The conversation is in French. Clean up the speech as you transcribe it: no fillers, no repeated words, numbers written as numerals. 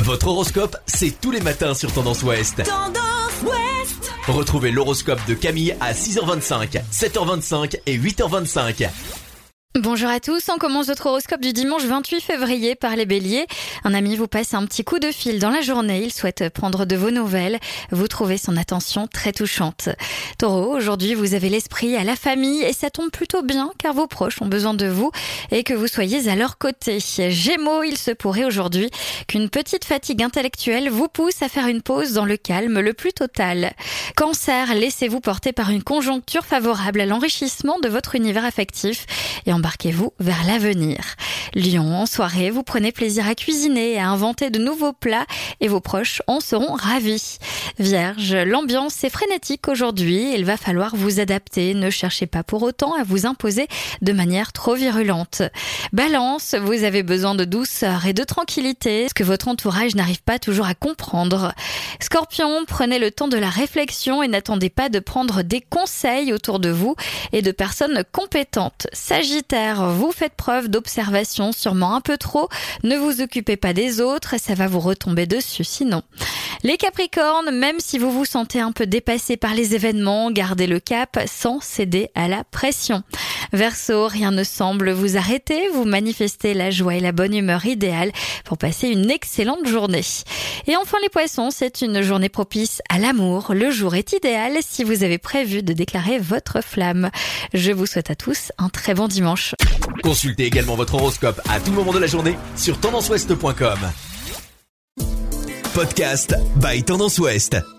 Votre horoscope, c'est tous les matins sur Tendance Ouest. Tendance Ouest. Retrouvez l'horoscope de Camille à 6h25, 7h25 et 8h25. Bonjour à tous, on commence votre horoscope du dimanche 28 février par les béliers. Un ami vous passe un petit coup de fil dans la journée, il souhaite prendre de vos nouvelles. Vous trouvez son attention très touchante. Taureau, aujourd'hui vous avez l'esprit à la famille et ça tombe plutôt bien car vos proches ont besoin de vous et que vous soyez à leur côté. Gémeaux, il se pourrait aujourd'hui qu'une petite fatigue intellectuelle vous pousse à faire une pause dans le calme le plus total. Cancer, laissez-vous porter par une conjoncture favorable à l'enrichissement de votre univers affectif et embarquez-vous vers l'avenir. Lion, en soirée, vous prenez plaisir à cuisiner et à inventer de nouveaux plats et vos proches en seront ravis. Vierge, l'ambiance est frénétique aujourd'hui, il va falloir vous adapter, ne cherchez pas pour autant à vous imposer de manière trop virulente. Balance, vous avez besoin de douceur et de tranquillité, ce que votre entourage n'arrive pas toujours à comprendre. Scorpion, prenez le temps de la réflexion et n'attendez pas de prendre des conseils autour de vous et de personnes compétentes. Sagittaire, vous faites preuve d'observation sûrement un peu trop, ne vous occupez pas des autres, ça va vous retomber dessus sinon. Les Capricornes, même si vous vous sentez un peu dépassé par les événements, gardez le cap sans céder à la pression. Verseau, rien ne semble vous arrêter, vous manifestez la joie et la bonne humeur idéale pour passer une excellente journée. Et enfin les Poissons, c'est une journée propice à l'amour. Le jour est idéal si vous avez prévu de déclarer votre flamme. Je vous souhaite à tous un très bon dimanche. Consultez également votre horoscope à tout moment de la journée sur tendanceouest.com. Podcast by Tendance Ouest.